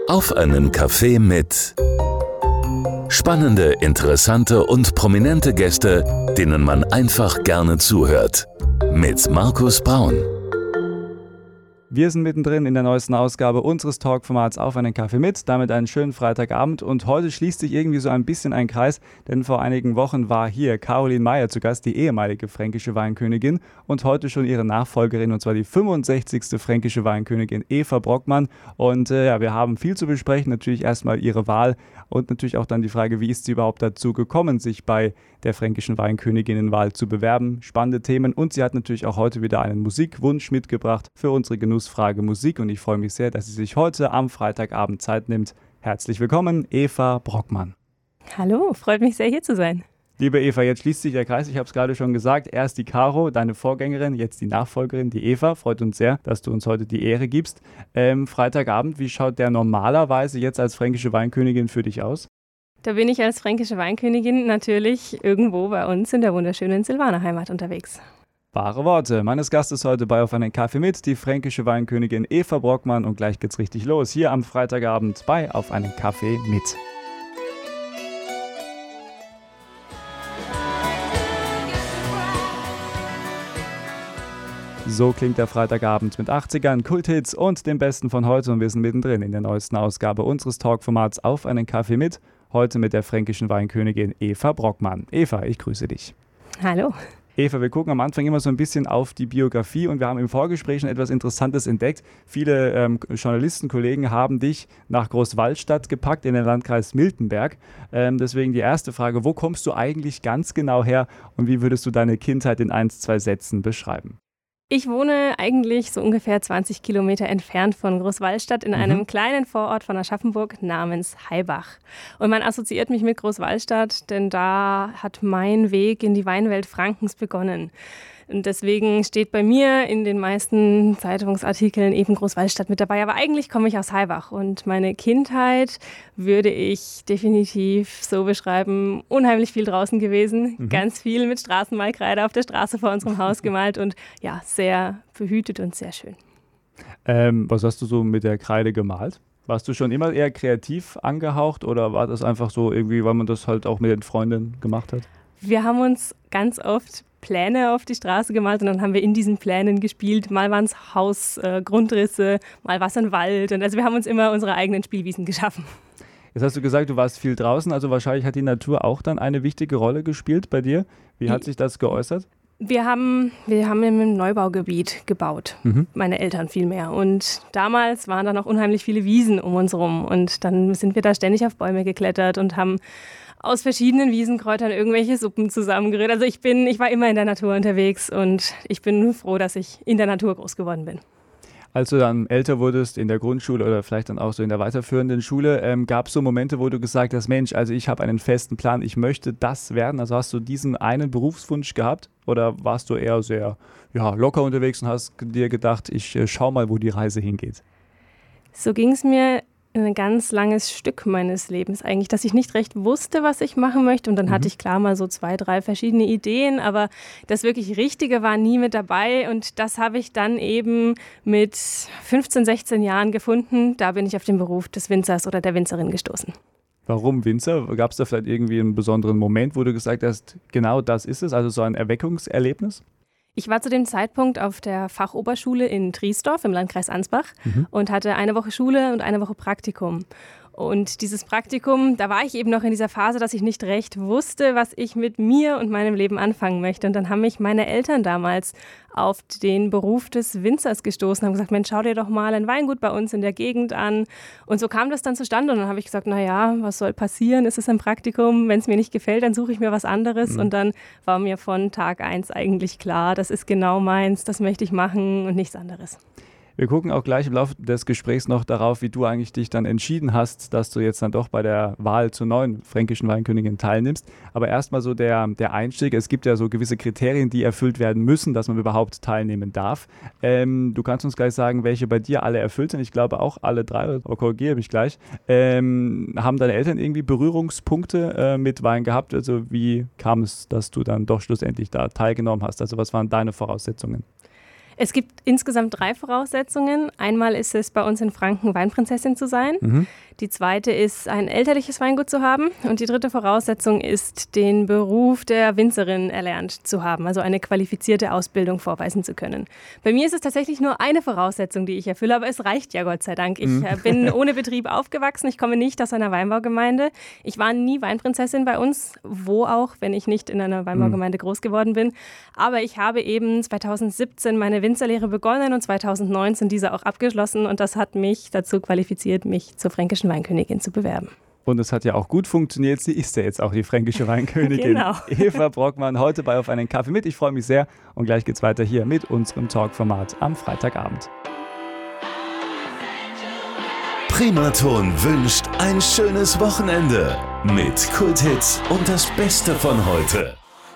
Auf einen Kaffee mit. Spannende, interessante und prominente Gäste, denen man einfach gerne zuhört. Mit Markus Braun. Wir sind mittendrin in der neuesten Ausgabe unseres Talkformats Auf einen Kaffee mit. Damit einen schönen Freitagabend. Und heute schließt sich irgendwie so ein bisschen ein Kreis, denn vor einigen Wochen war hier Caroline Meyer zu Gast, die ehemalige fränkische Weinkönigin und heute schon ihre Nachfolgerin, und zwar die 65. fränkische Weinkönigin Eva Brockmann. Und wir haben viel zu besprechen. Natürlich erstmal ihre Wahl und natürlich auch dann die Frage, wie ist sie überhaupt dazu gekommen, sich bei der fränkischen Weinköniginnenwahl zu bewerben. Spannende Themen, und sie hat natürlich auch heute wieder einen Musikwunsch mitgebracht für unsere Genussfrage Musik, und ich freue mich sehr, dass sie sich heute am Freitagabend Zeit nimmt. Herzlich willkommen, Eva Brockmann. Hallo, freut mich sehr, hier zu sein. Liebe Eva, jetzt schließt sich der Kreis, ich habe es gerade schon gesagt, erst die Caro, deine Vorgängerin, jetzt die Nachfolgerin, die Eva. Freut uns sehr, dass du uns heute die Ehre gibst. Freitagabend, wie schaut der normalerweise jetzt als fränkische Weinkönigin für dich aus? Da bin ich als fränkische Weinkönigin natürlich irgendwo bei uns in der wunderschönen Silvaner Heimat unterwegs. Wahre Worte. Meines Gastes heute bei Auf einen Kaffee mit, die fränkische Weinkönigin Eva Brockmann. Und gleich geht's richtig los, hier am Freitagabend bei Auf einen Kaffee mit. So klingt der Freitagabend mit 80ern, Kulthits und dem Besten von heute. Und wir sind mittendrin in der neuesten Ausgabe unseres Talkformats Auf einen Kaffee mit. Heute mit der fränkischen Weinkönigin Eva Brockmann. Eva, ich grüße dich. Hallo. Eva, wir gucken am Anfang immer so ein bisschen auf die Biografie, und wir haben im Vorgespräch schon etwas Interessantes entdeckt. Viele Journalisten, Kollegen haben dich nach Großwallstadt gepackt in den Landkreis Miltenberg. Deswegen die erste Frage, wo kommst du eigentlich ganz genau her und wie würdest du deine Kindheit in 1-2 Sätzen beschreiben? Ich wohne eigentlich so ungefähr 20 Kilometer entfernt von Großwallstadt in einem kleinen Vorort von Aschaffenburg namens Haibach. Und man assoziiert mich mit Großwallstadt, denn da hat mein Weg in die Weinwelt Frankens begonnen. Und deswegen steht bei mir in den meisten Zeitungsartikeln eben Großwallstadt mit dabei. Aber eigentlich komme ich aus Haibach, und meine Kindheit würde ich definitiv so beschreiben: unheimlich viel draußen gewesen, ganz viel mit Straßenmalkreide auf der Straße vor unserem Haus gemalt und ja, sehr behütet und sehr schön. Was hast du so mit der Kreide gemalt? Warst du schon immer eher kreativ angehaucht oder war das einfach so irgendwie, weil man das halt auch mit den Freunden gemacht hat? Wir haben uns ganz oft Pläne auf die Straße gemalt und dann haben wir in diesen Plänen gespielt. Mal waren es Hausgrundrisse, mal war es ein Wald. Und also wir haben uns immer unsere eigenen Spielwiesen geschaffen. Jetzt hast du gesagt, du warst viel draußen, also wahrscheinlich hat die Natur auch dann eine wichtige Rolle gespielt bei dir. Wie hat sich das geäußert? Wir haben in einem Neubaugebiet gebaut, meine Eltern vielmehr. Und damals waren da noch unheimlich viele Wiesen um uns rum. Und dann sind wir da ständig auf Bäume geklettert und haben aus verschiedenen Wiesenkräutern irgendwelche Suppen zusammengerührt. Also ich war immer in der Natur unterwegs, und ich bin froh, dass ich in der Natur groß geworden bin. Als du dann älter wurdest in der Grundschule oder vielleicht dann auch so in der weiterführenden Schule, gab es so Momente, wo du gesagt hast, Mensch, also ich habe einen festen Plan, ich möchte das werden. Also hast du diesen einen Berufswunsch gehabt oder warst du eher sehr locker unterwegs und hast dir gedacht, ich schau mal, wo die Reise hingeht? So ging es mir ein ganz langes Stück meines Lebens eigentlich, dass ich nicht recht wusste, was ich machen möchte. Und dann hatte ich klar mal so 2, 3 verschiedene Ideen, aber das wirklich Richtige war nie mit dabei. Und das habe ich dann eben mit 15, 16 Jahren gefunden. Da bin ich auf den Beruf des Winzers oder der Winzerin gestoßen. Warum Winzer? Gab es da vielleicht irgendwie einen besonderen Moment, wo du gesagt hast, genau das ist es, also so ein Erweckungserlebnis? Ich war zu dem Zeitpunkt auf der Fachoberschule in Triesdorf im Landkreis Ansbach und hatte eine Woche Schule und eine Woche Praktikum. Und dieses Praktikum, da war ich eben noch in dieser Phase, dass ich nicht recht wusste, was ich mit mir und meinem Leben anfangen möchte. Und dann haben mich meine Eltern damals auf den Beruf des Winzers gestoßen, haben gesagt, Mensch, schau dir doch mal ein Weingut bei uns in der Gegend an. Und so kam das dann zustande. Und dann habe ich gesagt, naja, was soll passieren? Es ist ein Praktikum. Wenn es mir nicht gefällt, dann suche ich mir was anderes. Und dann war mir von Tag 1 eigentlich klar, das ist genau meins, das möchte ich machen und nichts anderes. Wir gucken auch gleich im Laufe des Gesprächs noch darauf, wie du eigentlich dich dann entschieden hast, dass du jetzt dann doch bei der Wahl zur neuen fränkischen Weinkönigin teilnimmst. Aber erstmal so der Einstieg. Es gibt ja so gewisse Kriterien, die erfüllt werden müssen, dass man überhaupt teilnehmen darf. Du kannst uns gleich sagen, welche bei dir alle erfüllt sind. Ich glaube auch alle 3, aber korrigiere mich gleich. Haben deine Eltern irgendwie Berührungspunkte mit Wein gehabt? Also wie kam es, dass du dann doch schlussendlich da teilgenommen hast? Also was waren deine Voraussetzungen? Es gibt insgesamt 3 Voraussetzungen. Einmal ist es bei uns in Franken, Weinprinzessin zu sein. Die zweite ist, ein elterliches Weingut zu haben. Und die dritte Voraussetzung ist, den Beruf der Winzerin erlernt zu haben, also eine qualifizierte Ausbildung vorweisen zu können. Bei mir ist es tatsächlich nur eine Voraussetzung, die ich erfülle, aber es reicht ja, Gott sei Dank. Ich bin ohne Betrieb aufgewachsen, ich komme nicht aus einer Weinbaugemeinde. Ich war nie Weinprinzessin bei uns, wo auch, wenn ich nicht in einer Weinbaugemeinde groß geworden bin. Aber ich habe eben 2017 meine Winzerlehre begonnen und 2019 diese auch abgeschlossen. Und das hat mich dazu qualifiziert, mich zur fränkischen Weinkönigin zu bewerben. Und es hat ja auch gut funktioniert. Sie ist ja jetzt auch die fränkische Weinkönigin. Genau. Eva Brockmann, heute bei Auf einen Kaffee mit. Ich freue mich sehr. Und gleich geht's weiter hier mit unserem Talkformat am Freitagabend. Primaton wünscht ein schönes Wochenende mit Kulthits und das Beste von heute.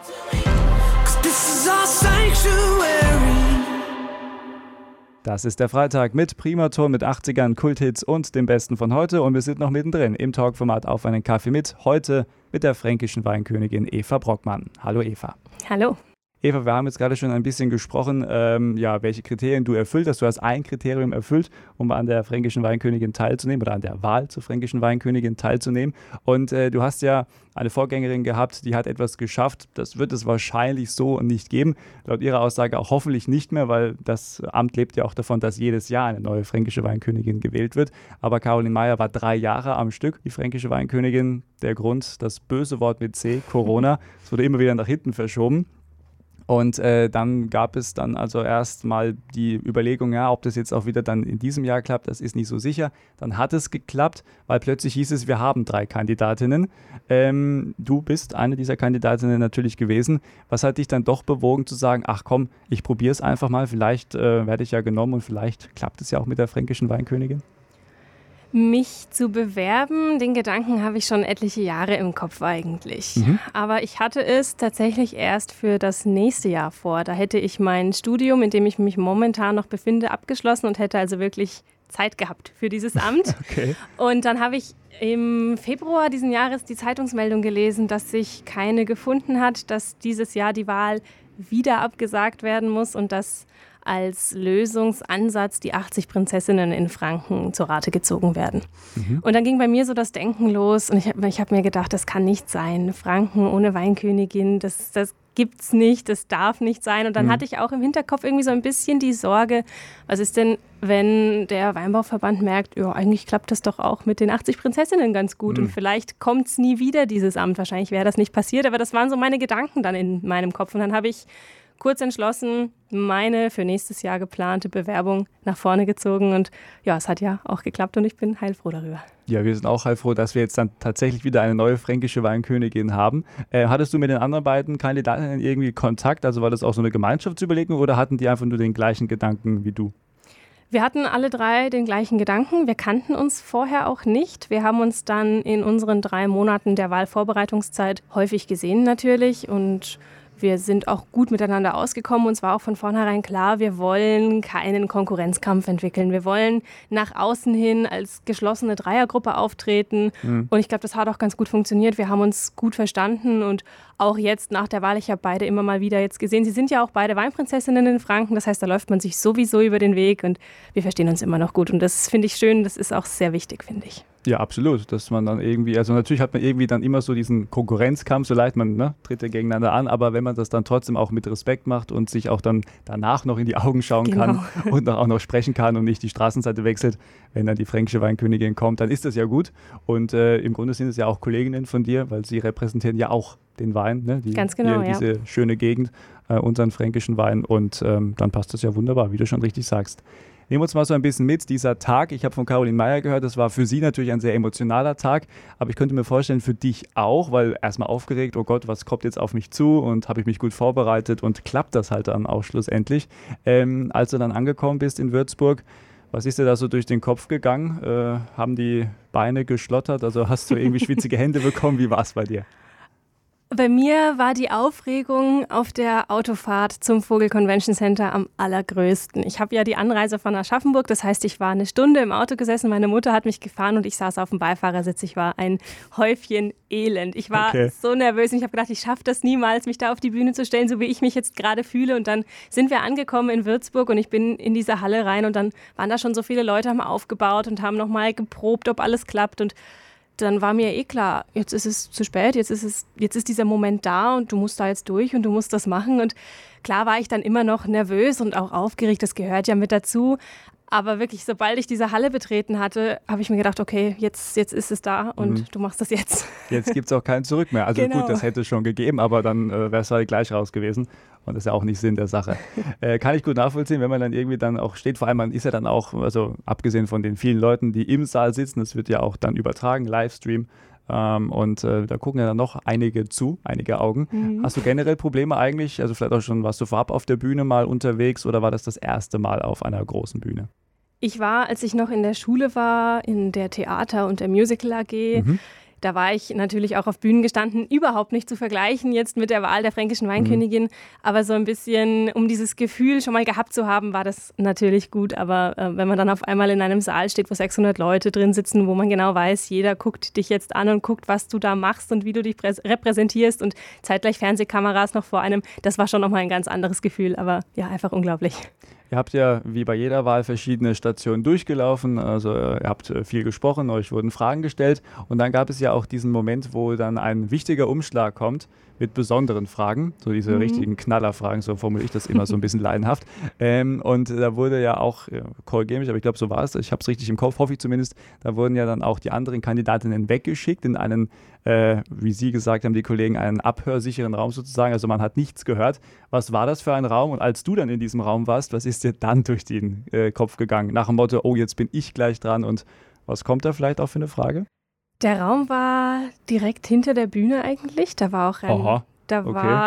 Das ist der Freitag mit Primaton, mit 80ern, Kulthits und dem Besten von heute. Und wir sind noch mittendrin im Talkformat Auf einen Kaffee mit. Heute mit der fränkischen Weinkönigin Eva Brockmann. Hallo Eva. Hallo. Eva, wir haben jetzt gerade schon ein bisschen gesprochen, welche Kriterien du erfüllt hast. Du hast ein Kriterium erfüllt, um an der fränkischen Weinkönigin teilzunehmen oder an der Wahl zur fränkischen Weinkönigin teilzunehmen. Und du hast ja eine Vorgängerin gehabt, die hat etwas geschafft. Das wird es wahrscheinlich so nicht geben. Laut ihrer Aussage auch hoffentlich nicht mehr, weil das Amt lebt ja auch davon, dass jedes Jahr eine neue fränkische Weinkönigin gewählt wird. Aber Caroline Meyer war 3 Jahre am Stück die fränkische Weinkönigin. Der Grund, das böse Wort mit C, Corona. Es wurde immer wieder nach hinten verschoben. Und dann gab es dann also erst mal die Überlegung, ja, ob das jetzt auch wieder dann in diesem Jahr klappt, das ist nicht so sicher. Dann hat es geklappt, weil plötzlich hieß es, wir haben 3 Kandidatinnen. Du bist eine dieser Kandidatinnen natürlich gewesen. Was hat dich dann doch bewogen zu sagen, ach komm, ich probiere es einfach mal, vielleicht werde ich ja genommen und vielleicht klappt es ja auch mit der fränkischen Weinkönigin? Mich zu bewerben, den Gedanken habe ich schon etliche Jahre im Kopf eigentlich. Aber ich hatte es tatsächlich erst für das nächste Jahr vor. Da hätte ich mein Studium, in dem ich mich momentan noch befinde, abgeschlossen und hätte also wirklich Zeit gehabt für dieses Amt. Okay. Und dann habe ich im Februar diesen Jahres die Zeitungsmeldung gelesen, dass sich keine gefunden hat, dass dieses Jahr die Wahl wieder abgesagt werden muss und dass als Lösungsansatz die 80 Prinzessinnen in Franken zur Rate gezogen werden. Und dann ging bei mir so das Denken los und ich hab mir gedacht, das kann nicht sein. Franken ohne Weinkönigin, das gibt's nicht, das darf nicht sein. Und dann hatte ich auch im Hinterkopf irgendwie so ein bisschen die Sorge, was ist denn, wenn der Weinbauverband merkt, ja, eigentlich klappt das doch auch mit den 80 Prinzessinnen ganz gut und vielleicht kommt's nie wieder, dieses Amt. Wahrscheinlich wäre das nicht passiert, aber das waren so meine Gedanken dann in meinem Kopf. Und dann habe ich kurz entschlossen meine für nächstes Jahr geplante Bewerbung nach vorne gezogen und ja, es hat ja auch geklappt und ich bin heilfroh darüber. Ja, wir sind auch heilfroh, dass wir jetzt dann tatsächlich wieder eine neue fränkische Weinkönigin haben. Hattest du mit den anderen beiden Kandidatinnen irgendwie Kontakt? Also war das auch so eine Gemeinschaftsüberlegung oder hatten die einfach nur den gleichen Gedanken wie du? Wir hatten alle 3 den gleichen Gedanken. Wir kannten uns vorher auch nicht. Wir haben uns dann in unseren 3 Monaten der Wahlvorbereitungszeit häufig gesehen natürlich und wir sind auch gut miteinander ausgekommen. Uns war auch von vornherein klar, wir wollen keinen Konkurrenzkampf entwickeln. Wir wollen nach außen hin als geschlossene Dreiergruppe auftreten. Und ich glaube, das hat auch ganz gut funktioniert. Wir haben uns gut verstanden und auch jetzt nach der Wahl, ich habe beide immer mal wieder jetzt gesehen. Sie sind ja auch beide Weinprinzessinnen in Franken. Das heißt, da läuft man sich sowieso über den Weg und wir verstehen uns immer noch gut. Und das finde ich schön. Das ist auch sehr wichtig, finde ich. Ja, absolut, dass man dann irgendwie, also natürlich hat man irgendwie dann immer so diesen Konkurrenzkampf, so leicht man tritt ja gegeneinander an, aber wenn man das dann trotzdem auch mit Respekt macht und sich auch dann danach noch in die Augen schauen kann und auch noch sprechen kann und nicht die Straßenseite wechselt, wenn dann die fränkische Weinkönigin kommt, dann ist das ja gut und im Grunde sind es ja auch Kolleginnen von dir, weil sie repräsentieren ja auch den Wein, ne? Ganz genau, diese schöne Gegend, unseren fränkischen Wein und dann passt das ja wunderbar, wie du schon richtig sagst. Nehmen wir uns mal so ein bisschen mit, dieser Tag. Ich habe von Caroline Meyer gehört, das war für sie natürlich ein sehr emotionaler Tag, aber ich könnte mir vorstellen, für dich auch, weil erstmal aufgeregt, oh Gott, was kommt jetzt auf mich zu und habe ich mich gut vorbereitet und klappt das halt dann auch schlussendlich. Als du dann angekommen bist in Würzburg, was ist dir da so durch den Kopf gegangen? Haben die Beine geschlottert? Also hast du irgendwie schwitzige Hände bekommen? Wie war es bei dir? Bei mir war die Aufregung auf der Autofahrt zum Vogel Convention Center am allergrößten. Ich habe ja die Anreise von Aschaffenburg, das heißt, ich war eine Stunde im Auto gesessen, meine Mutter hat mich gefahren und ich saß auf dem Beifahrersitz. Ich war ein Häufchen Elend. Ich war so nervös und ich habe gedacht, ich schaffe das niemals, mich da auf die Bühne zu stellen, so wie ich mich jetzt gerade fühle. Und dann sind wir angekommen in Würzburg und ich bin in diese Halle rein und dann waren da schon so viele Leute, haben aufgebaut und haben nochmal geprobt, ob alles klappt. Und dann war mir klar, jetzt ist es zu spät, jetzt ist dieser Moment da und du musst da jetzt durch und du musst das machen. Und klar war ich dann immer noch nervös und auch aufgeregt, das gehört ja mit dazu. Aber wirklich, sobald ich diese Halle betreten hatte, habe ich mir gedacht, okay, jetzt ist es da und du machst das jetzt. Jetzt gibt es auch kein Zurück mehr. Also genau. Gut, das hätte es schon gegeben, aber dann wäre es halt gleich raus gewesen. Und das ist ja auch nicht Sinn der Sache. Kann ich gut nachvollziehen, wenn man dann irgendwie dann auch steht. Vor allem, man ist ja dann auch, also abgesehen von den vielen Leuten, die im Saal sitzen, das wird ja auch dann übertragen, Livestream. Und da gucken ja dann noch einige zu, einige Augen. Hast du generell Probleme eigentlich? Also vielleicht auch schon, warst du vorab auf der Bühne mal unterwegs oder war das erste Mal auf einer großen Bühne? Ich war, als ich noch in der Schule war, in der Theater- und der Musical AG, da war ich natürlich auch auf Bühnen gestanden, überhaupt nicht zu vergleichen jetzt mit der Wahl der Fränkischen Weinkönigin, aber so ein bisschen, um dieses Gefühl schon mal gehabt zu haben, war das natürlich gut, aber wenn man dann auf einmal in einem Saal steht, wo 600 Leute drin sitzen, wo man genau weiß, jeder guckt dich jetzt an und guckt, was du da machst und wie du dich repräsentierst und zeitgleich Fernsehkameras noch vor einem, das war schon nochmal ein ganz anderes Gefühl, aber ja, einfach unglaublich. Ihr habt ja wie bei jeder Wahl verschiedene Stationen durchgelaufen, also ihr habt viel gesprochen, euch wurden Fragen gestellt und dann gab es ja auch diesen Moment, wo dann ein wichtiger Umschlag kommt mit besonderen Fragen, so diese richtigen Knallerfragen, so formuliere ich das immer so ein bisschen leidenhaft. Und da wurde ja auch, korrigiere mich, aber ich glaube, so war es, ich habe es richtig im Kopf, hoffe ich zumindest, da wurden ja dann auch die anderen Kandidatinnen weggeschickt in einen, wie Sie gesagt haben, die Kollegen, einen abhörsicheren Raum sozusagen, also man hat nichts gehört. Was war das für ein Raum und als du dann in diesem Raum warst, was ist dir dann durch den Kopf gegangen? Nach dem Motto, oh, jetzt bin ich gleich dran und was kommt da vielleicht auch für eine Frage? Der Raum war direkt hinter der Bühne eigentlich. Da war auch war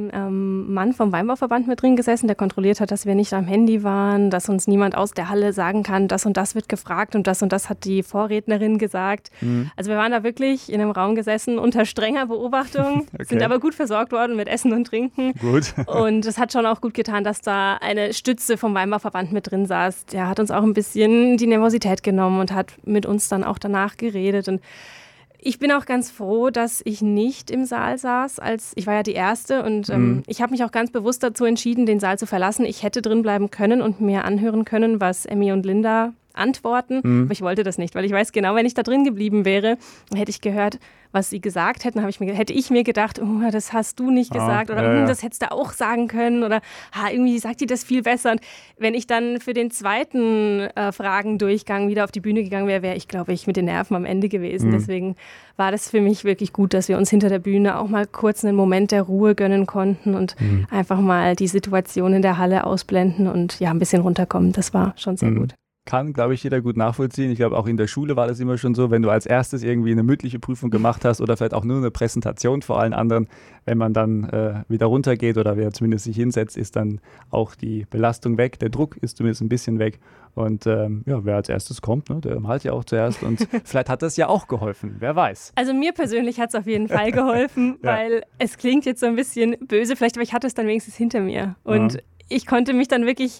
ein Mann vom Weinbauverband mit drin gesessen, der kontrolliert hat, dass wir nicht am Handy waren, dass uns niemand aus der Halle sagen kann, das und das wird gefragt und das hat die Vorrednerin gesagt. Also wir waren da wirklich in einem Raum gesessen unter strenger Beobachtung, sind aber gut versorgt worden mit Essen und Trinken. Gut. Und es hat schon auch gut getan, dass da eine Stütze vom Weinbauverband mit drin saß. Der hat uns auch ein bisschen die Nervosität genommen und hat mit uns dann auch danach geredet. Und ich bin auch ganz froh, dass ich nicht im Saal saß, ich war ja die Erste und ich habe mich auch ganz bewusst dazu entschieden, den Saal zu verlassen. Ich hätte drin bleiben können und mir anhören können, was Emmy und Linda antworten, aber ich wollte das nicht, weil ich weiß genau, wenn ich da drin geblieben wäre, hätte ich gehört, was sie gesagt hätten, hätte ich mir gedacht, oh, das hast du nicht gesagt oder das hättest du auch sagen können oder irgendwie sagt die das viel besser. Und wenn ich dann für den zweiten Fragendurchgang wieder auf die Bühne gegangen wäre, wäre ich, glaube ich, mit den Nerven am Ende gewesen. Deswegen war das für mich wirklich gut, dass wir uns hinter der Bühne auch mal kurz einen Moment der Ruhe gönnen konnten und einfach mal die Situation in der Halle ausblenden und ja, ein bisschen runterkommen. Das war schon sehr gut. Kann, glaube ich, jeder gut nachvollziehen. Ich glaube, auch in der Schule war das immer schon so, wenn du als erstes irgendwie eine mündliche Prüfung gemacht hast oder vielleicht auch nur eine Präsentation vor allen anderen, wenn man dann wieder runtergeht oder wer zumindest sich hinsetzt, ist dann auch die Belastung weg, der Druck ist zumindest ein bisschen weg und wer als erstes kommt, ne, der malt ja auch zuerst und vielleicht hat das ja auch geholfen, wer weiß. Also mir persönlich hat es auf jeden Fall geholfen, weil es klingt jetzt so ein bisschen böse, vielleicht, aber ich hatte es dann wenigstens hinter mir und ich konnte mich dann wirklich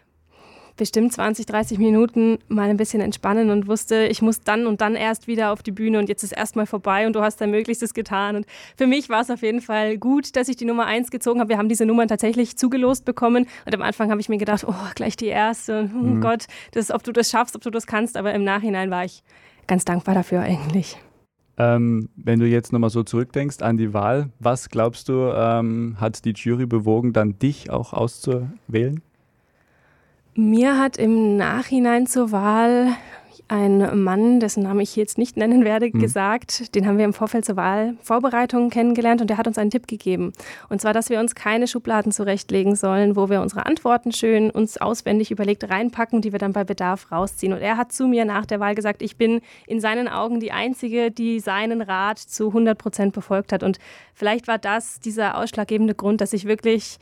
bestimmt 20, 30 Minuten mal ein bisschen entspannen und wusste, ich muss dann und dann erst wieder auf die Bühne und jetzt ist erstmal vorbei und du hast dein Möglichstes getan. Und für mich war es auf jeden Fall gut, dass ich die Nummer 1 gezogen habe. Wir haben diese Nummern tatsächlich zugelost bekommen und am Anfang habe ich mir gedacht, oh, gleich die erste, oh Gott, ob du das schaffst, ob du das kannst, aber im Nachhinein war ich ganz dankbar dafür eigentlich. Wenn du jetzt nochmal so zurückdenkst an die Wahl, was glaubst du, hat die Jury bewogen, dann dich auch auszuwählen? Mir hat im Nachhinein zur Wahl ein Mann, dessen Namen ich jetzt nicht nennen werde, gesagt, den haben wir im Vorfeld zur Wahlvorbereitung kennengelernt und der hat uns einen Tipp gegeben. Und zwar, dass wir uns keine Schubladen zurechtlegen sollen, wo wir unsere Antworten schön uns auswendig überlegt reinpacken, die wir dann bei Bedarf rausziehen. Und er hat zu mir nach der Wahl gesagt, ich bin in seinen Augen die Einzige, die seinen Rat zu 100% befolgt hat. Und vielleicht war das dieser ausschlaggebende Grund, dass ich wirklich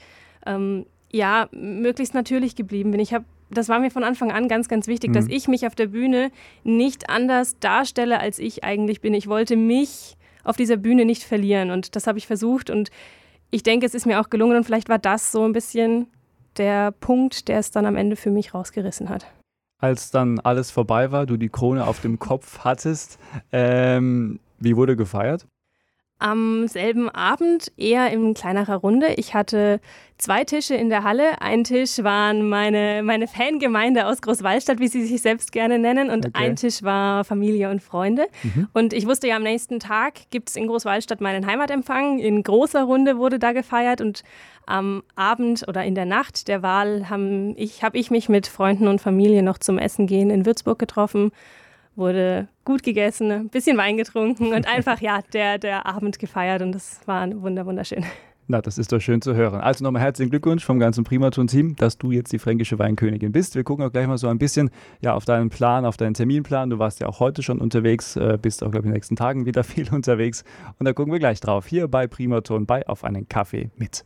möglichst natürlich geblieben bin. Das war mir von Anfang an ganz, ganz wichtig, dass ich mich auf der Bühne nicht anders darstelle, als ich eigentlich bin. Ich wollte mich auf dieser Bühne nicht verlieren. Und das habe ich versucht und ich denke, es ist mir auch gelungen und vielleicht war das so ein bisschen der Punkt, der es dann am Ende für mich rausgerissen hat. Als dann alles vorbei war, du die Krone auf dem Kopf hattest, wie wurde gefeiert? Am selben Abend eher in kleinerer Runde. Ich hatte 2 Tische in der Halle. Ein Tisch waren meine Fangemeinde aus Großwallstadt, wie sie sich selbst gerne nennen. Und ein Tisch war Familie und Freunde. Und ich wusste ja, am nächsten Tag gibt es in Großwallstadt meinen Heimatempfang. In großer Runde wurde da gefeiert. Und am Abend oder in der Nacht der Wahl habe ich mich mit Freunden und Familie noch zum Essen gehen in Würzburg getroffen. Wurde gut gegessen, ein bisschen Wein getrunken und einfach, der Abend gefeiert und das war wunderschön. Na, das ist doch schön zu hören. Also nochmal herzlichen Glückwunsch vom ganzen Primaton-Team, dass du jetzt die fränkische Weinkönigin bist. Wir gucken auch gleich mal so ein bisschen auf deinen Plan, auf deinen Terminplan. Du warst ja auch heute schon unterwegs, bist auch, glaube ich, in den nächsten Tagen wieder viel unterwegs. Und da gucken wir gleich drauf, hier bei Primaton bei Auf einen Kaffee mit.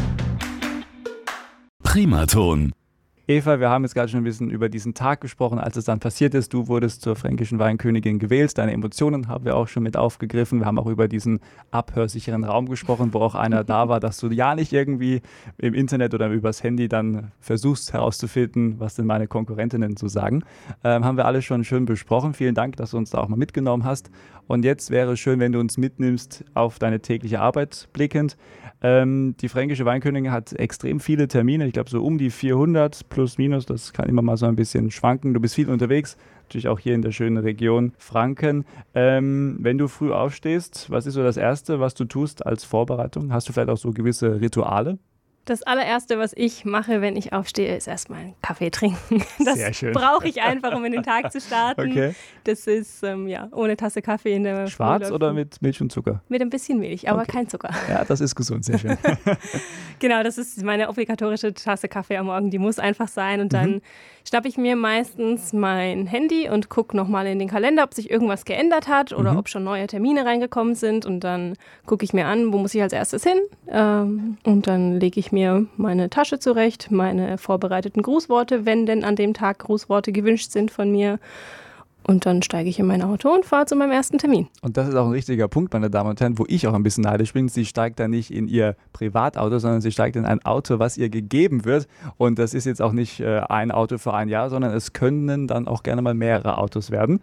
Primaton. Eva, wir haben jetzt gerade schon ein bisschen über diesen Tag gesprochen, als es dann passiert ist. Du wurdest zur fränkischen Weinkönigin gewählt. Deine Emotionen haben wir auch schon mit aufgegriffen. Wir haben auch über diesen abhörsicheren Raum gesprochen, wo auch einer da war, dass du ja nicht irgendwie im Internet oder übers Handy dann versuchst herauszufinden, was denn meine Konkurrentinnen so sagen. Haben wir alles schon schön besprochen. Vielen Dank, dass du uns da auch mal mitgenommen hast. Und jetzt wäre es schön, wenn du uns mitnimmst auf deine tägliche Arbeit blickend. Die fränkische Weinkönigin hat extrem viele Termine, ich glaube so um die 400 plus minus, das kann immer mal so ein bisschen schwanken. Du bist viel unterwegs, natürlich auch hier in der schönen Region Franken. Wenn du früh aufstehst, was ist so das Erste, was du tust als Vorbereitung? Hast du vielleicht auch so gewisse Rituale? Das allererste, was ich mache, wenn ich aufstehe, ist erstmal einen Kaffee trinken. Das brauche ich einfach, um in den Tag zu starten. Okay. Das ist, ohne Tasse Kaffee in der Schwarz oder mit Milch und Zucker? Mit ein bisschen Milch, aber kein Zucker. Ja, das ist gesund, sehr schön. Genau, das ist meine obligatorische Tasse Kaffee am Morgen, die muss einfach sein. Und dann schnappe ich mir meistens mein Handy und gucke nochmal in den Kalender, ob sich irgendwas geändert hat oder ob schon neue Termine reingekommen sind. Und dann gucke ich mir an, wo muss ich als erstes hin. Und dann lege ich mir meine Tasche zurecht, meine vorbereiteten Grußworte, wenn denn an dem Tag Grußworte gewünscht sind von mir. Und dann steige ich in mein Auto und fahre zu meinem ersten Termin. Und das ist auch ein richtiger Punkt, meine Damen und Herren, wo ich auch ein bisschen neidisch bin. Sie steigt da nicht in ihr Privatauto, sondern sie steigt in ein Auto, was ihr gegeben wird. Und das ist jetzt auch nicht ein Auto für ein Jahr, sondern es können dann auch gerne mal mehrere Autos werden.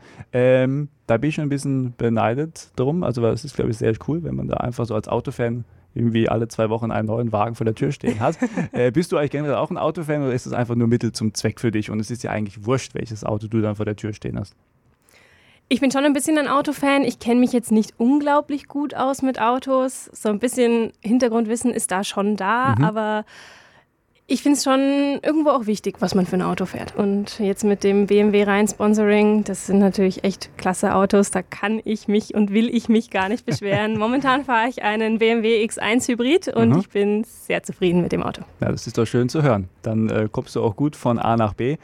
Da bin ich schon ein bisschen beneidet drum. Also das ist, glaube ich, sehr cool, wenn man da einfach so als Autofan irgendwie alle 2 Wochen einen neuen Wagen vor der Tür stehen hat. Bist du eigentlich generell auch ein Autofan oder ist das einfach nur Mittel zum Zweck für dich und es ist ja eigentlich wurscht, welches Auto du dann vor der Tür stehen hast? Ich bin schon ein bisschen ein Autofan. Ich kenne mich jetzt nicht unglaublich gut aus mit Autos. So ein bisschen Hintergrundwissen ist da schon da, aber ich finde es schon irgendwo auch wichtig, was man für ein Auto fährt. Und jetzt mit dem BMW Rhein-Sponsoring, das sind natürlich echt klasse Autos, da kann ich mich und will ich mich gar nicht beschweren. Momentan fahre ich einen BMW X1 Hybrid und ich bin sehr zufrieden mit dem Auto. Ja, das ist doch schön zu hören. Dann kommst du auch gut von A nach B.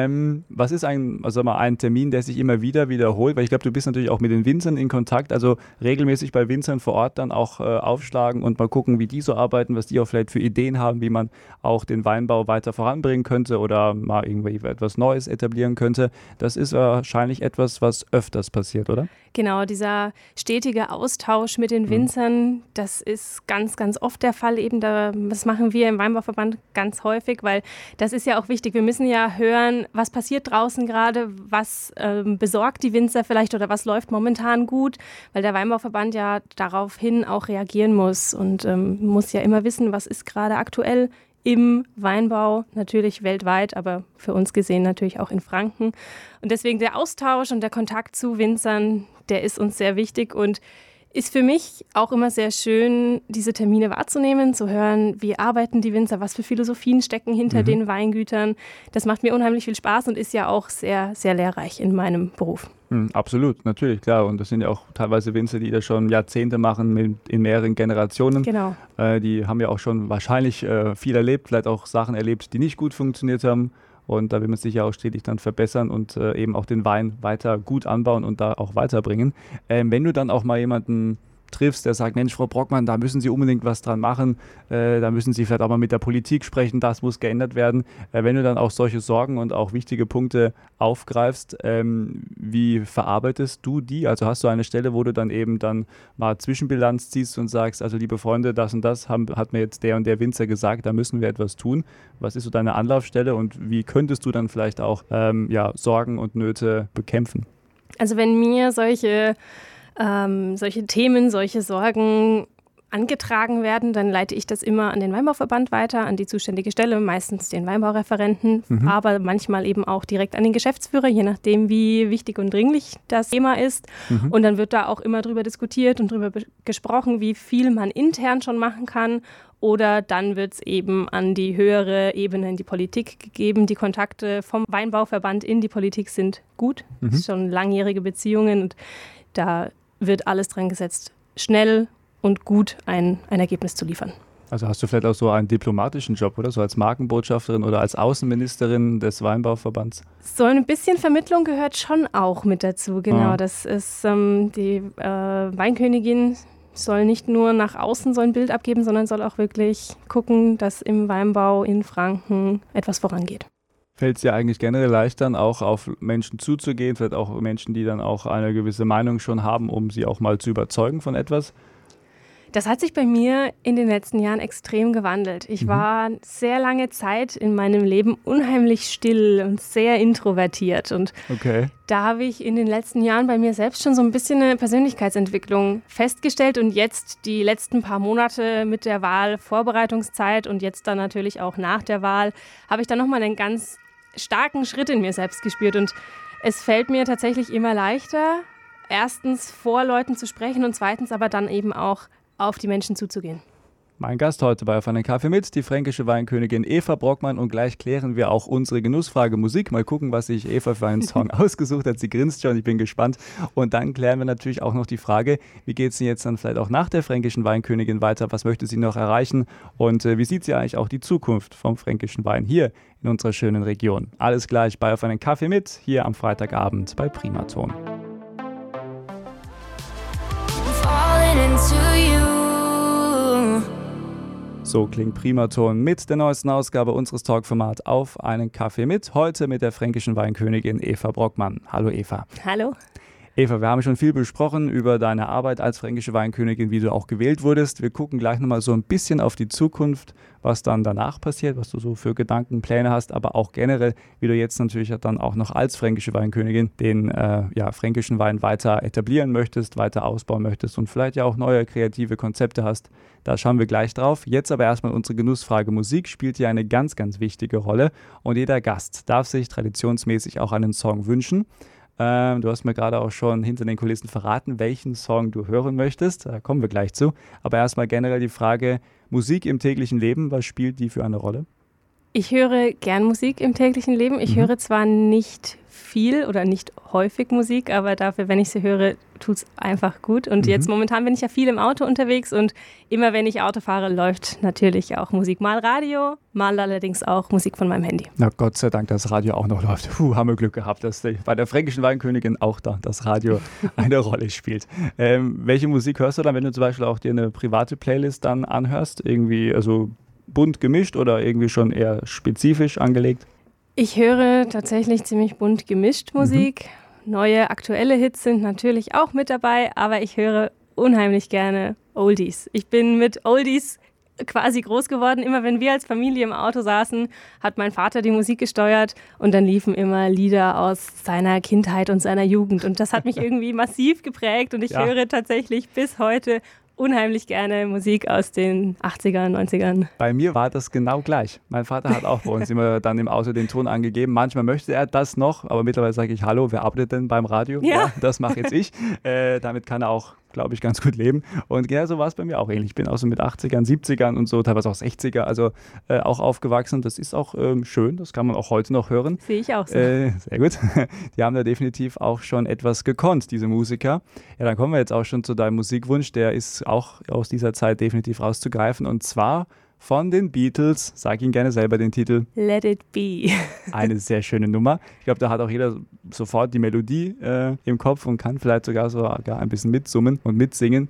Was ist ein Termin, der sich immer wieder wiederholt? Weil ich glaube, du bist natürlich auch mit den Winzern in Kontakt, also regelmäßig bei Winzern vor Ort dann auch aufschlagen und mal gucken, wie die so arbeiten, was die auch vielleicht für Ideen haben, wie man auch den Weinbau weiter voranbringen könnte oder mal irgendwie etwas Neues etablieren könnte. Das ist wahrscheinlich etwas, was öfters passiert, oder? Genau, dieser stetige Austausch mit den Winzern, das ist ganz, ganz oft der Fall. Das machen wir im Weinbauverband ganz häufig, weil das ist ja auch wichtig. Wir müssen ja hören, was passiert draußen gerade, was besorgt die Winzer vielleicht oder was läuft momentan gut, weil der Weinbauverband ja daraufhin auch reagieren muss und muss ja immer wissen, was ist gerade aktuell im Weinbau, natürlich weltweit, aber für uns gesehen natürlich auch in Franken. Und deswegen der Austausch und der Kontakt zu Winzern, der ist uns sehr wichtig und ist für mich auch immer sehr schön, diese Termine wahrzunehmen, zu hören, wie arbeiten die Winzer, was für Philosophien stecken hinter den Weingütern. Das macht mir unheimlich viel Spaß und ist ja auch sehr, sehr lehrreich in meinem Beruf. Absolut, natürlich, klar. Und das sind ja auch teilweise Winzer, die das schon Jahrzehnte machen, in mehreren Generationen. Genau. Die haben ja auch schon wahrscheinlich viel erlebt, vielleicht auch Sachen erlebt, die nicht gut funktioniert haben. Und da will man sich ja auch stetig dann verbessern und eben auch den Wein weiter gut anbauen und da auch weiterbringen. Wenn du dann auch mal jemanden triffst, der sagt, Mensch, Frau Brockmann, da müssen Sie unbedingt was dran machen, da müssen Sie vielleicht auch mal mit der Politik sprechen, das muss geändert werden. Wenn du dann auch solche Sorgen und auch wichtige Punkte aufgreifst, wie verarbeitest du die? Also hast du eine Stelle, wo du dann eben dann mal Zwischenbilanz ziehst und sagst, also liebe Freunde, das und das hat mir jetzt der und der Winzer gesagt, da müssen wir etwas tun. Was ist so deine Anlaufstelle und wie könntest du dann vielleicht auch Sorgen und Nöte bekämpfen? Also wenn mir solche Themen, solche Sorgen angetragen werden, dann leite ich das immer an den Weinbauverband weiter, an die zuständige Stelle, meistens den Weinbaureferenten, aber manchmal eben auch direkt an den Geschäftsführer, je nachdem, wie wichtig und dringlich das Thema ist. Und dann wird da auch immer drüber diskutiert und drüber gesprochen, wie viel man intern schon machen kann. Oder dann wird es eben an die höhere Ebene in die Politik gegeben. Die Kontakte vom Weinbauverband in die Politik sind gut. Das sind schon langjährige Beziehungen und da wird alles dran gesetzt, schnell und gut ein Ergebnis zu liefern. Also hast du vielleicht auch so einen diplomatischen Job, oder? So als Markenbotschafterin oder als Außenministerin des Weinbauverbands? So ein bisschen Vermittlung gehört schon auch mit dazu, genau. Ja. Das ist die Weinkönigin soll nicht nur nach außen so ein Bild abgeben, sondern soll auch wirklich gucken, dass im Weinbau in Franken etwas vorangeht. Fällt es dir eigentlich generell leicht dann auch auf Menschen zuzugehen, vielleicht auch Menschen, die dann auch eine gewisse Meinung schon haben, um sie auch mal zu überzeugen von etwas? Das hat sich bei mir in den letzten Jahren extrem gewandelt. Ich war sehr lange Zeit in meinem Leben unheimlich still und sehr introvertiert. Und da habe ich in den letzten Jahren bei mir selbst schon so ein bisschen eine Persönlichkeitsentwicklung festgestellt. Und jetzt die letzten paar Monate mit der Wahlvorbereitungszeit und jetzt dann natürlich auch nach der Wahl, habe ich dann nochmal einen ganz starken Schritt in mir selbst gespürt. Und es fällt mir tatsächlich immer leichter, erstens vor Leuten zu sprechen und zweitens aber dann eben auch auf die Menschen zuzugehen. Mein Gast heute bei Auf einen Kaffee mit, die fränkische Weinkönigin Eva Brockmann, und gleich klären wir auch unsere Genussfrage Musik. Mal gucken, was sich Eva für einen Song ausgesucht hat. Sie grinst schon, ich bin gespannt. Und dann klären wir natürlich auch noch die Frage, wie geht es denn jetzt dann vielleicht auch nach der fränkischen Weinkönigin weiter? Was möchte sie noch erreichen? Und wie sieht sie eigentlich auch die Zukunft vom fränkischen Wein hier in unserer schönen Region? Alles gleich bei Auf einen Kaffee mit, hier am Freitagabend bei Primaton. So klingt Primaton mit der neuesten Ausgabe unseres Talkformats Auf einen Kaffee mit. Heute mit der fränkischen Weinkönigin Eva Brockmann. Hallo Eva. Hallo. Eva, wir haben schon viel besprochen über deine Arbeit als fränkische Weinkönigin, wie du auch gewählt wurdest. Wir gucken gleich nochmal so ein bisschen auf die Zukunft, was dann danach passiert, was du so für Gedanken, Pläne hast, aber auch generell, wie du jetzt natürlich dann auch noch als fränkische Weinkönigin den fränkischen Wein weiter etablieren möchtest, weiter ausbauen möchtest und vielleicht ja auch neue kreative Konzepte hast. Da schauen wir gleich drauf. Jetzt aber erstmal unsere Genussfrage. Musik spielt hier eine ganz, ganz wichtige Rolle und jeder Gast darf sich traditionsmäßig auch einen Song wünschen. Du hast mir gerade auch schon hinter den Kulissen verraten, welchen Song du hören möchtest. Da kommen wir gleich zu. Aber erstmal generell die Frage, Musik im täglichen Leben, was spielt die für eine Rolle? Ich höre gern Musik im täglichen Leben. Ich höre zwar nicht viel oder nicht häufig Musik, aber dafür, wenn ich sie höre, tut es einfach gut. Und jetzt momentan bin ich ja viel im Auto unterwegs und immer wenn ich Auto fahre, läuft natürlich auch Musik. Mal Radio, mal allerdings auch Musik von meinem Handy. Na Gott sei Dank, dass das Radio auch noch läuft. Haben wir Glück gehabt, dass bei der fränkischen Weinkönigin auch da das Radio eine Rolle spielt. Welche Musik hörst du dann, wenn du zum Beispiel auch dir eine private Playlist dann anhörst? Irgendwie, also bunt gemischt oder irgendwie schon eher spezifisch angelegt? Ich höre tatsächlich ziemlich bunt gemischt Musik. Neue aktuelle Hits sind natürlich auch mit dabei, aber ich höre unheimlich gerne Oldies. Ich bin mit Oldies quasi groß geworden. Immer wenn wir als Familie im Auto saßen, hat mein Vater die Musik gesteuert und dann liefen immer Lieder aus seiner Kindheit und seiner Jugend. Und das hat mich irgendwie massiv geprägt und ich höre tatsächlich bis heute unheimlich gerne Musik aus den 80ern, 90ern. Bei mir war das genau gleich. Mein Vater hat auch bei uns immer dann im Auto den Ton angegeben. Manchmal möchte er das noch, aber mittlerweile sage ich, hallo, wer arbeitet denn beim Radio? Ja das mache jetzt ich. Damit kann er auch, glaube ich, ganz gut leben. Und genau so war es bei mir auch ähnlich. Ich bin auch so mit 80ern, 70ern und so, teilweise auch 60er, also auch aufgewachsen. Das ist auch schön, das kann man auch heute noch hören. Sehe ich auch so. Sehr gut. Die haben da definitiv auch schon etwas gekonnt, diese Musiker. Ja, dann kommen wir jetzt auch schon zu deinem Musikwunsch. Der ist auch aus dieser Zeit definitiv rauszugreifen. Und zwar von den Beatles. Sag Ihnen gerne selber den Titel. Let It Be. Eine sehr schöne Nummer. Ich glaube, da hat auch jeder sofort die Melodie im Kopf und kann vielleicht sogar ein bisschen mitsummen und mitsingen.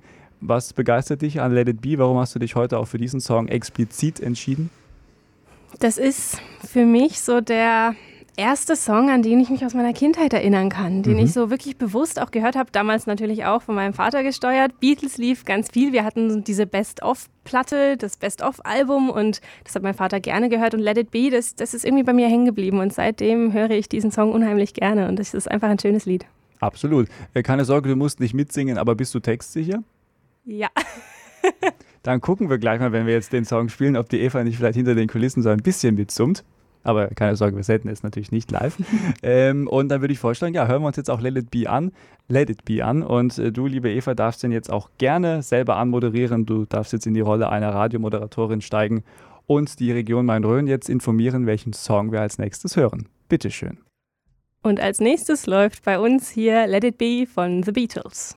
Was begeistert dich an Let It Be? Warum hast du dich heute auch für diesen Song explizit entschieden? Das ist für mich so der erste Song, an den ich mich aus meiner Kindheit erinnern kann, den ich so wirklich bewusst auch gehört habe, damals natürlich auch von meinem Vater gesteuert. Beatles lief ganz viel, wir hatten diese Best-of-Platte, das Best-of-Album und das hat mein Vater gerne gehört und Let It Be, das ist irgendwie bei mir hängen geblieben und seitdem höre ich diesen Song unheimlich gerne und das ist einfach ein schönes Lied. Absolut. Keine Sorge, du musst nicht mitsingen, aber bist du textsicher? Ja. Dann gucken wir gleich mal, wenn wir jetzt den Song spielen, ob die Eva nicht vielleicht hinter den Kulissen so ein bisschen mitsummt. Aber keine Sorge, wir senden es natürlich nicht live. Und dann würde ich vorschlagen, ja, hören wir uns jetzt auch Let It Be an. Und du, liebe Eva, darfst den jetzt auch gerne selber anmoderieren. Du darfst jetzt in die Rolle einer Radiomoderatorin steigen und die Region Main-Rhön jetzt informieren, welchen Song wir als nächstes hören. Bitteschön. Und als nächstes läuft bei uns hier Let It Be von The Beatles.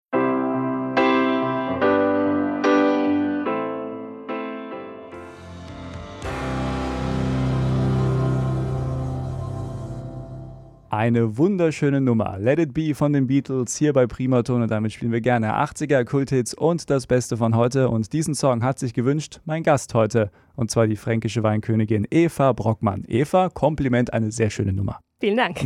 Eine wunderschöne Nummer. Let It Be von den Beatles hier bei Primaton und damit spielen wir gerne 80er Kulthits und das Beste von heute. Und diesen Song hat sich gewünscht mein Gast heute und zwar die fränkische Weinkönigin Eva Brockmann. Eva, Kompliment, eine sehr schöne Nummer. Vielen Dank.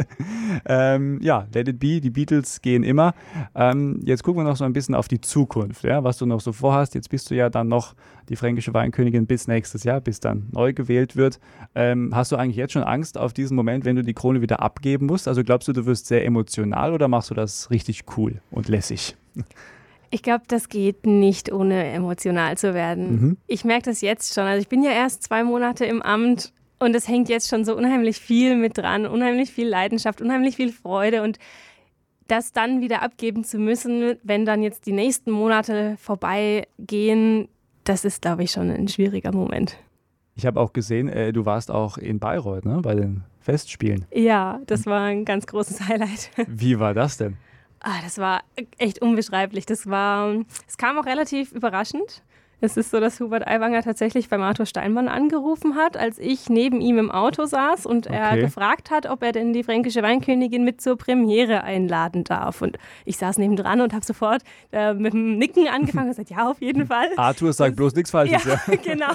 Ja, Let It Be, die Beatles gehen immer. Jetzt gucken wir noch so ein bisschen auf die Zukunft, ja, was du noch so vorhast. Jetzt bist du ja dann noch die fränkische Weinkönigin bis nächstes Jahr, bis dann neu gewählt wird. Hast du eigentlich jetzt schon Angst auf diesen Moment, wenn du die Krone wieder abgeben musst? Also glaubst du, du wirst sehr emotional oder machst du das richtig cool und lässig? Ich glaube, das geht nicht, ohne emotional zu werden. Ich merke das jetzt schon. Also ich bin ja erst 2 Monate im Amt. Und es hängt jetzt schon so unheimlich viel mit dran, unheimlich viel Leidenschaft, unheimlich viel Freude und das dann wieder abgeben zu müssen, wenn dann jetzt die nächsten Monate vorbeigehen, das ist, glaube ich, schon ein schwieriger Moment. Ich habe auch gesehen, du warst auch in Bayreuth, ne, bei den Festspielen. Ja, das war ein ganz großes Highlight. Wie war das denn? Das war echt unbeschreiblich. Es kam auch relativ überraschend. Es ist so, dass Hubert Aiwanger tatsächlich beim Arthur Steinmann angerufen hat, als ich neben ihm im Auto saß und er gefragt hat, ob er denn die fränkische Weinkönigin mit zur Premiere einladen darf. Und ich saß nebendran und habe sofort mit dem Nicken angefangen und gesagt, ja, auf jeden Fall. Arthur sagt bloß nichts Falsches. Ja,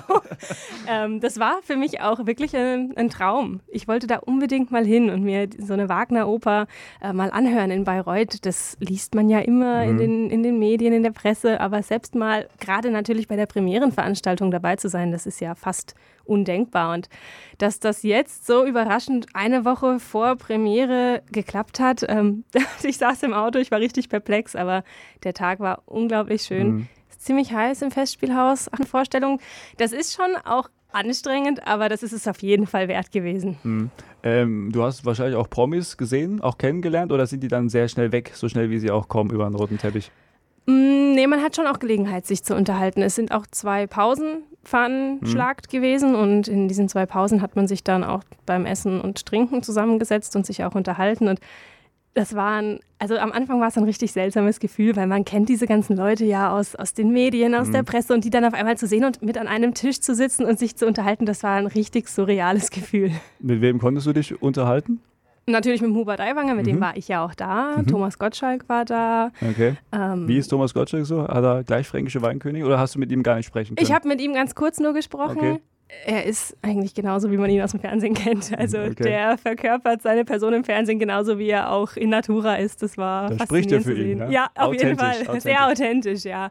genau. Das war für mich auch wirklich ein Traum. Ich wollte da unbedingt mal hin und mir so eine Wagner-Oper mal anhören in Bayreuth. Das liest man ja immer in den Medien, in der Presse, aber selbst mal, gerade natürlich bei der Premierenveranstaltung dabei zu sein, das ist ja fast undenkbar. Und dass das jetzt so überraschend eine Woche vor Premiere geklappt hat, ich saß im Auto, ich war richtig perplex, aber der Tag war unglaublich schön. Es ist ziemlich heiß im Festspielhaus. Eine Vorstellung, das ist schon auch anstrengend, aber das ist es auf jeden Fall wert gewesen. Du hast wahrscheinlich auch Promis gesehen, auch kennengelernt oder sind die dann sehr schnell weg, so schnell wie sie auch kommen über den roten Teppich? Nee, man hat schon auch Gelegenheit, sich zu unterhalten. Es sind auch 2 Pausen veranschlagt gewesen und in diesen 2 Pausen hat man sich dann auch beim Essen und Trinken zusammengesetzt und sich auch unterhalten und das also am Anfang war es ein richtig seltsames Gefühl, weil man kennt diese ganzen Leute ja aus den Medien, aus der Presse und die dann auf einmal zu sehen und mit an einem Tisch zu sitzen und sich zu unterhalten, das war ein richtig surreales Gefühl. Mit wem konntest du dich unterhalten? Natürlich mit Hubert Aiwanger, mit dem war ich ja auch da. Thomas Gottschalk war da. Okay. Wie ist Thomas Gottschalk so? Hat er gleich fränkische Weinkönigin oder hast du mit ihm gar nicht sprechen können? Ich habe mit ihm ganz kurz nur gesprochen. Okay. Er ist eigentlich genauso, wie man ihn aus dem Fernsehen kennt. Also der verkörpert seine Person im Fernsehen genauso, wie er auch in Natura ist. Das war faszinierend spricht er für ihn, ja? Ja, auf jeden Fall. Sehr authentisch, ja.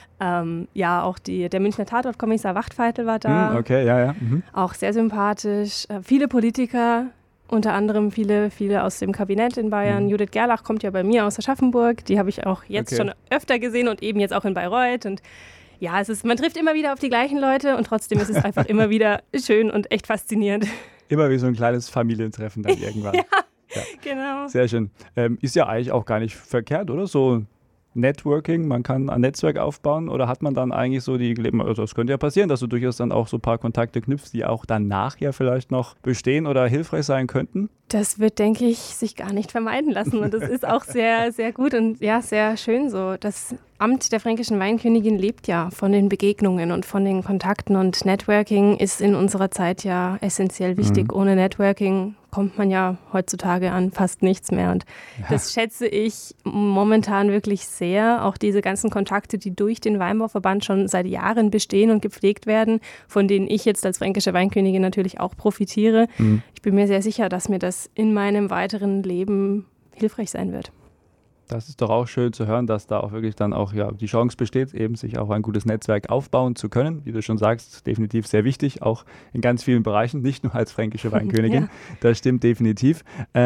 Ja, auch der Münchner Tatortkommissar Wachtfeitel war da. Okay, ja. Auch sehr sympathisch. Viele Politiker. Unter anderem viele aus dem Kabinett in Bayern. Judith Gerlach kommt ja bei mir aus Aschaffenburg. Die habe ich auch jetzt schon öfter gesehen und eben jetzt auch in Bayreuth. Und ja, man trifft immer wieder auf die gleichen Leute und trotzdem ist es einfach immer wieder schön und echt faszinierend. Immer wie so ein kleines Familientreffen dann irgendwann. Ja, genau. Sehr schön. Ist ja eigentlich auch gar nicht verkehrt, oder? So Networking, man kann ein Netzwerk aufbauen oder hat man dann eigentlich so also es könnte ja passieren, dass du durchaus dann auch so ein paar Kontakte knüpfst, die auch danach ja vielleicht noch bestehen oder hilfreich sein könnten? Das wird, denke ich, sich gar nicht vermeiden lassen und das ist auch sehr, sehr gut und ja, sehr schön so. Das Amt der fränkischen Weinkönigin lebt ja von den Begegnungen und von den Kontakten und Networking ist in unserer Zeit ja essentiell wichtig. Ohne Networking kommt man ja heutzutage an fast nichts mehr. Und das schätze ich momentan wirklich sehr. Auch diese ganzen Kontakte, die durch den Weinbauverband schon seit Jahren bestehen und gepflegt werden, von denen ich jetzt als fränkische Weinkönigin natürlich auch profitiere. Ich bin mir sehr sicher, dass mir das in meinem weiteren Leben hilfreich sein wird. Das ist doch auch schön zu hören, dass da auch wirklich dann auch die Chance besteht, eben sich auch ein gutes Netzwerk aufbauen zu können. Wie du schon sagst, definitiv sehr wichtig, auch in ganz vielen Bereichen, nicht nur als fränkische Weinkönigin. Ja. Das stimmt definitiv.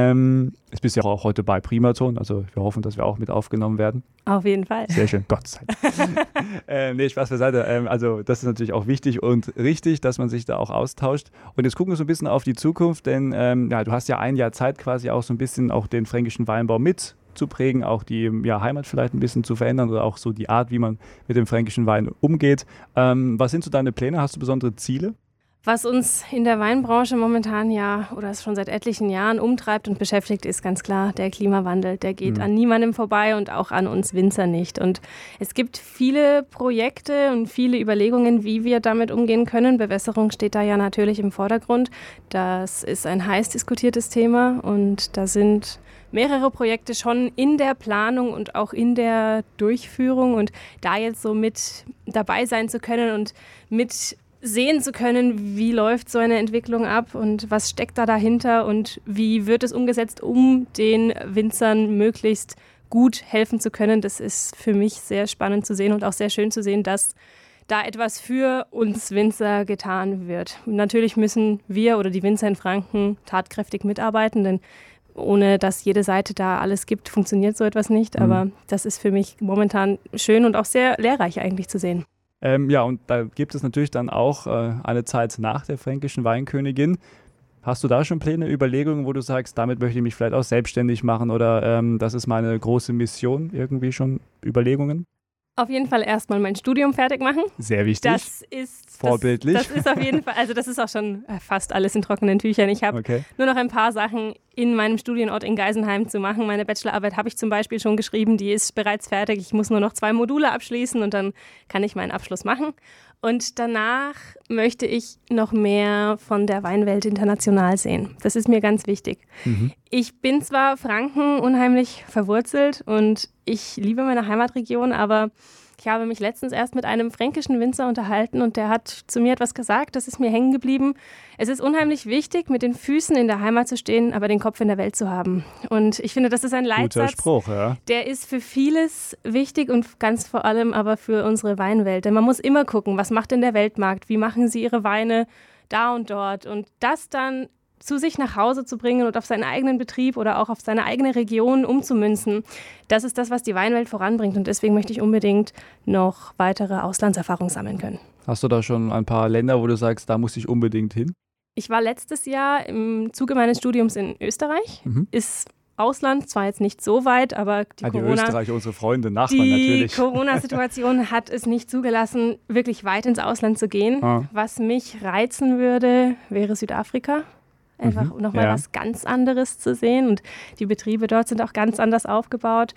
Es bist ja auch heute bei Primaton, also wir hoffen, dass wir auch mit aufgenommen werden. Auf jeden Fall. Sehr schön, Gott sei Dank. Nee, Spaß beiseite. Also das ist natürlich auch wichtig und richtig, dass man sich da auch austauscht. Und jetzt gucken wir so ein bisschen auf die Zukunft, denn du hast ja ein Jahr Zeit quasi auch so ein bisschen auch den fränkischen Weinbau mit zu prägen, auch die Heimat vielleicht ein bisschen zu verändern oder auch so die Art, wie man mit dem fränkischen Wein umgeht. Was sind so deine Pläne? Hast du besondere Ziele? Was uns in der Weinbranche momentan oder schon seit etlichen Jahren umtreibt und beschäftigt, ist ganz klar der Klimawandel. Der geht an niemandem vorbei und auch an uns Winzer nicht. Und es gibt viele Projekte und viele Überlegungen, wie wir damit umgehen können. Bewässerung steht da ja natürlich im Vordergrund. Das ist ein heiß diskutiertes Thema und da sind mehrere Projekte schon in der Planung und auch in der Durchführung. Und da jetzt so mit dabei sein zu können und mit sehen zu können, wie läuft so eine Entwicklung ab und was steckt da dahinter und wie wird es umgesetzt, um den Winzern möglichst gut helfen zu können. Das ist für mich sehr spannend zu sehen und auch sehr schön zu sehen, dass da etwas für uns Winzer getan wird. Und natürlich müssen wir oder die Winzer in Franken tatkräftig mitarbeiten, denn ohne dass jede Seite da alles gibt, funktioniert so etwas nicht. Aber das ist für mich momentan schön und auch sehr lehrreich eigentlich zu sehen. Und da gibt es natürlich dann auch eine Zeit nach der fränkischen Weinkönigin. Hast du da schon Pläne, Überlegungen, wo du sagst, damit möchte ich mich vielleicht auch selbstständig machen oder das ist meine große Mission, irgendwie schon Überlegungen? Auf jeden Fall erstmal mein Studium fertig machen. Sehr wichtig. Das ist vorbildlich. Das ist auf jeden Fall, also das ist auch schon fast alles in trockenen Tüchern. Ich habe nur noch ein paar Sachen in meinem Studienort in Geisenheim zu machen. Meine Bachelorarbeit habe ich zum Beispiel schon geschrieben, die ist bereits fertig. Ich muss nur noch 2 Module abschließen und dann kann ich meinen Abschluss machen. Und danach möchte ich noch mehr von der Weinwelt international sehen. Das ist mir ganz wichtig. Ich bin zwar Franken unheimlich verwurzelt und ich liebe meine Heimatregion, aber ich habe mich letztens erst mit einem fränkischen Winzer unterhalten und der hat zu mir etwas gesagt, das ist mir hängen geblieben. Es ist unheimlich wichtig, mit den Füßen in der Heimat zu stehen, aber den Kopf in der Welt zu haben. Und ich finde, das ist ein Leitsatz, guter Spruch, ja. Der ist für vieles wichtig und ganz vor allem aber für unsere Weinwelt. Denn man muss immer gucken, was macht denn der Weltmarkt, wie machen sie ihre Weine da und dort und das dann zu sich nach Hause zu bringen und auf seinen eigenen Betrieb oder auch auf seine eigene Region umzumünzen. Das ist das, was die Weinwelt voranbringt und deswegen möchte ich unbedingt noch weitere Auslandserfahrungen sammeln können. Hast du da schon ein paar Länder, wo du sagst, da muss ich unbedingt hin? Ich war letztes Jahr im Zuge meines Studiums in Österreich. Ist Ausland, zwar jetzt nicht so weit, aber die Österreich, unsere Freunde, Nachbarn natürlich. Die Corona-Situation hat es nicht zugelassen, wirklich weit ins Ausland zu gehen. Was mich reizen würde, wäre Südafrika. Einfach nochmal was ganz anderes zu sehen und die Betriebe dort sind auch ganz anders aufgebaut.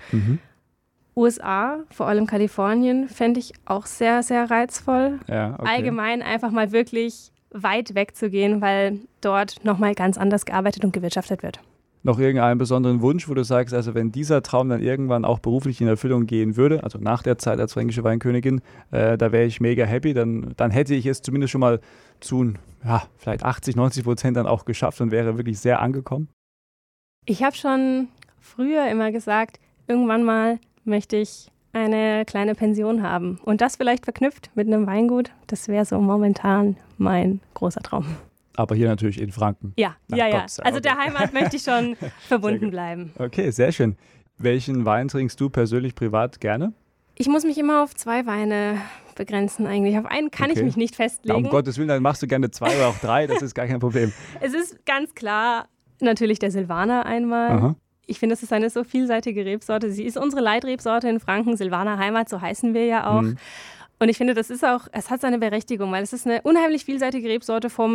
USA, vor allem Kalifornien, fände ich auch sehr, sehr reizvoll. Ja, okay. Allgemein einfach mal wirklich weit wegzugehen, weil dort nochmal ganz anders gearbeitet und gewirtschaftet wird. Noch irgendeinen besonderen Wunsch, wo du sagst, also wenn dieser Traum dann irgendwann auch beruflich in Erfüllung gehen würde, also nach der Zeit als fränkische Weinkönigin, da wäre ich mega happy, dann hätte ich es zumindest schon mal zu vielleicht 80-90% dann auch geschafft und wäre wirklich sehr angekommen? Ich habe schon früher immer gesagt, irgendwann mal möchte ich eine kleine Pension haben und das vielleicht verknüpft mit einem Weingut, das wäre so momentan mein großer Traum. Aber hier natürlich in Franken. Ja. Also der Heimat möchte ich schon verbunden bleiben. Okay, sehr schön. Welchen Wein trinkst du persönlich privat gerne? Ich muss mich immer auf 2 Weine begrenzen eigentlich. Auf einen kann ich mich nicht festlegen. Ja, um Gottes Willen, dann machst du gerne 2 oder auch 3, das ist gar kein Problem. Es ist ganz klar natürlich der Silvaner einmal. Aha. Ich finde, das ist eine so vielseitige Rebsorte. Sie ist unsere Leitrebsorte in Franken, Silvaner Heimat, so heißen wir ja auch. Und ich finde, es hat seine Berechtigung, weil es ist eine unheimlich vielseitige Rebsorte vom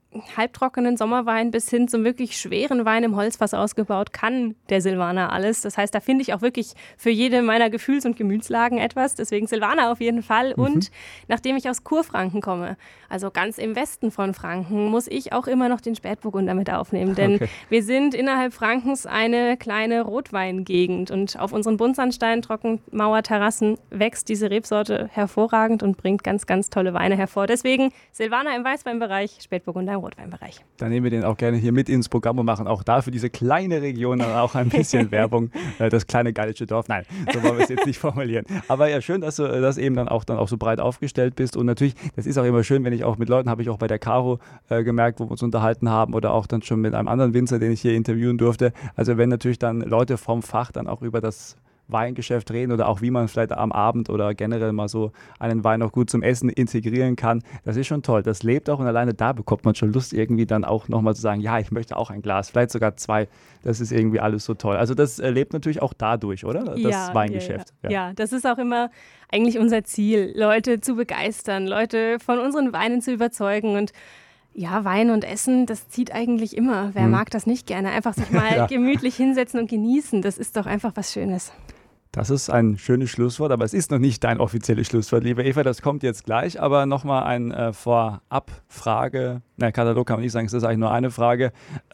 halbtrockenen Sommerwein bis hin zum wirklich schweren Wein im Holzfass ausgebaut, kann der Silvaner alles. Das heißt, da finde ich auch wirklich für jede meiner Gefühls- und Gemütslagen etwas. Deswegen Silvaner auf jeden Fall. Und nachdem ich aus Kurfranken komme, also ganz im Westen von Franken, muss ich auch immer noch den Spätburgunder mit aufnehmen. Denn wir sind innerhalb Frankens eine kleine Rotweingegend. Und auf unseren Buntsandstein, Trockenmauerterrassen wächst diese Rebsorte hervorragend und bringt ganz, ganz tolle Weine hervor. Deswegen Silvaner im Weißweinbereich, Spätburgunder im Rotweinbereich. Dann nehmen wir den auch gerne hier mit ins Programm und machen auch da für diese kleine Region dann auch ein bisschen Werbung. Das kleine gallische Dorf. Nein, so wollen wir es jetzt nicht formulieren. Aber ja, schön, dass du das eben dann auch so breit aufgestellt bist. Und natürlich, das ist auch immer schön, wenn ich auch mit Leuten, habe ich auch bei der Caro gemerkt, wo wir uns unterhalten haben oder auch dann schon mit einem anderen Winzer, den ich hier interviewen durfte. Also wenn natürlich dann Leute vom Fach dann auch über das Weingeschäft reden oder auch wie man vielleicht am Abend oder generell mal so einen Wein auch gut zum Essen integrieren kann. Das ist schon toll. Das lebt auch und alleine da bekommt man schon Lust, irgendwie dann auch nochmal zu sagen, ja, ich möchte auch ein Glas, vielleicht sogar 2. Das ist irgendwie alles so toll. Also das lebt natürlich auch dadurch, oder? Das Weingeschäft. Ja, das ist auch immer eigentlich unser Ziel, Leute zu begeistern, Leute von unseren Weinen zu überzeugen und ja, Wein und Essen, das zieht eigentlich immer. Wer mag das nicht gerne? Einfach sich mal gemütlich hinsetzen und genießen. Das ist doch einfach was Schönes. Das ist ein schönes Schlusswort, aber es ist noch nicht dein offizielles Schlusswort, liebe Eva, das kommt jetzt gleich, aber nochmal ein Vorabfrage, Katalog kann man nicht sagen, es ist eigentlich nur eine Frage.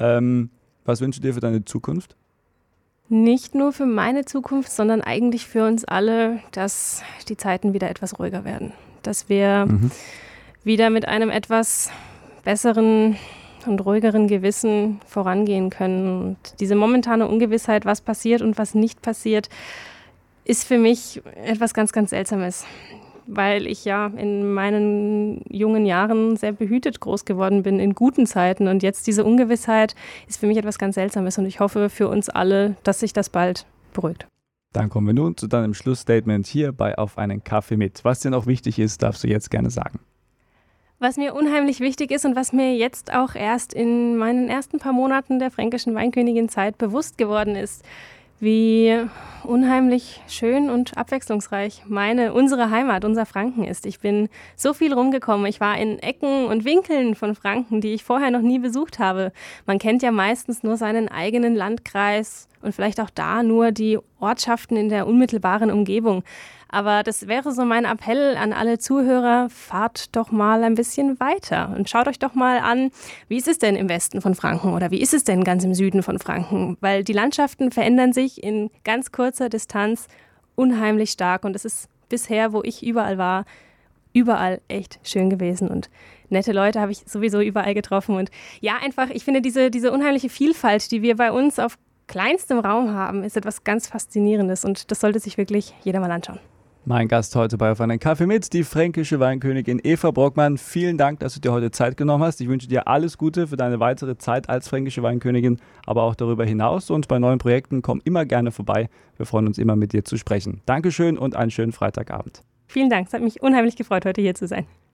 Was wünschst du dir für deine Zukunft? Nicht nur für meine Zukunft, sondern eigentlich für uns alle, dass die Zeiten wieder etwas ruhiger werden. Dass wir wieder mit einem etwas besseren und ruhigeren Gewissen vorangehen können. Und diese momentane Ungewissheit, was passiert und was nicht passiert, ist für mich etwas ganz, ganz Seltsames, weil ich ja in meinen jungen Jahren sehr behütet groß geworden bin, in guten Zeiten. Und jetzt diese Ungewissheit ist für mich etwas ganz Seltsames. Und ich hoffe für uns alle, dass sich das bald beruhigt. Dann kommen wir nun zu deinem Schlussstatement hier bei Auf einen Kaffee mit. Was dir noch wichtig ist, darfst du jetzt gerne sagen. Was mir unheimlich wichtig ist und was mir jetzt auch erst in meinen ersten paar Monaten der fränkischen Weinkönigin-Zeit bewusst geworden ist, wie unheimlich schön und abwechslungsreich unsere Heimat, unser Franken ist. Ich bin so viel rumgekommen. Ich war in Ecken und Winkeln von Franken, die ich vorher noch nie besucht habe. Man kennt ja meistens nur seinen eigenen Landkreis und vielleicht auch da nur die Ortschaften in der unmittelbaren Umgebung. Aber das wäre so mein Appell an alle Zuhörer, fahrt doch mal ein bisschen weiter und schaut euch doch mal an, wie ist es denn im Westen von Franken oder wie ist es denn ganz im Süden von Franken? Weil die Landschaften verändern sich in ganz kurzer Distanz unheimlich stark und es ist bisher, wo ich überall war, überall echt schön gewesen und nette Leute habe ich sowieso überall getroffen. Und ja, einfach, ich finde diese unheimliche Vielfalt, die wir bei uns auf kleinstem Raum haben, ist etwas ganz Faszinierendes und das sollte sich wirklich jeder mal anschauen. Mein Gast heute bei Auf einen Kaffee mit, die fränkische Weinkönigin Eva Brockmann. Vielen Dank, dass du dir heute Zeit genommen hast. Ich wünsche dir alles Gute für deine weitere Zeit als fränkische Weinkönigin, aber auch darüber hinaus. Und bei neuen Projekten komm immer gerne vorbei. Wir freuen uns immer, mit dir zu sprechen. Dankeschön und einen schönen Freitagabend. Vielen Dank, es hat mich unheimlich gefreut, heute hier zu sein.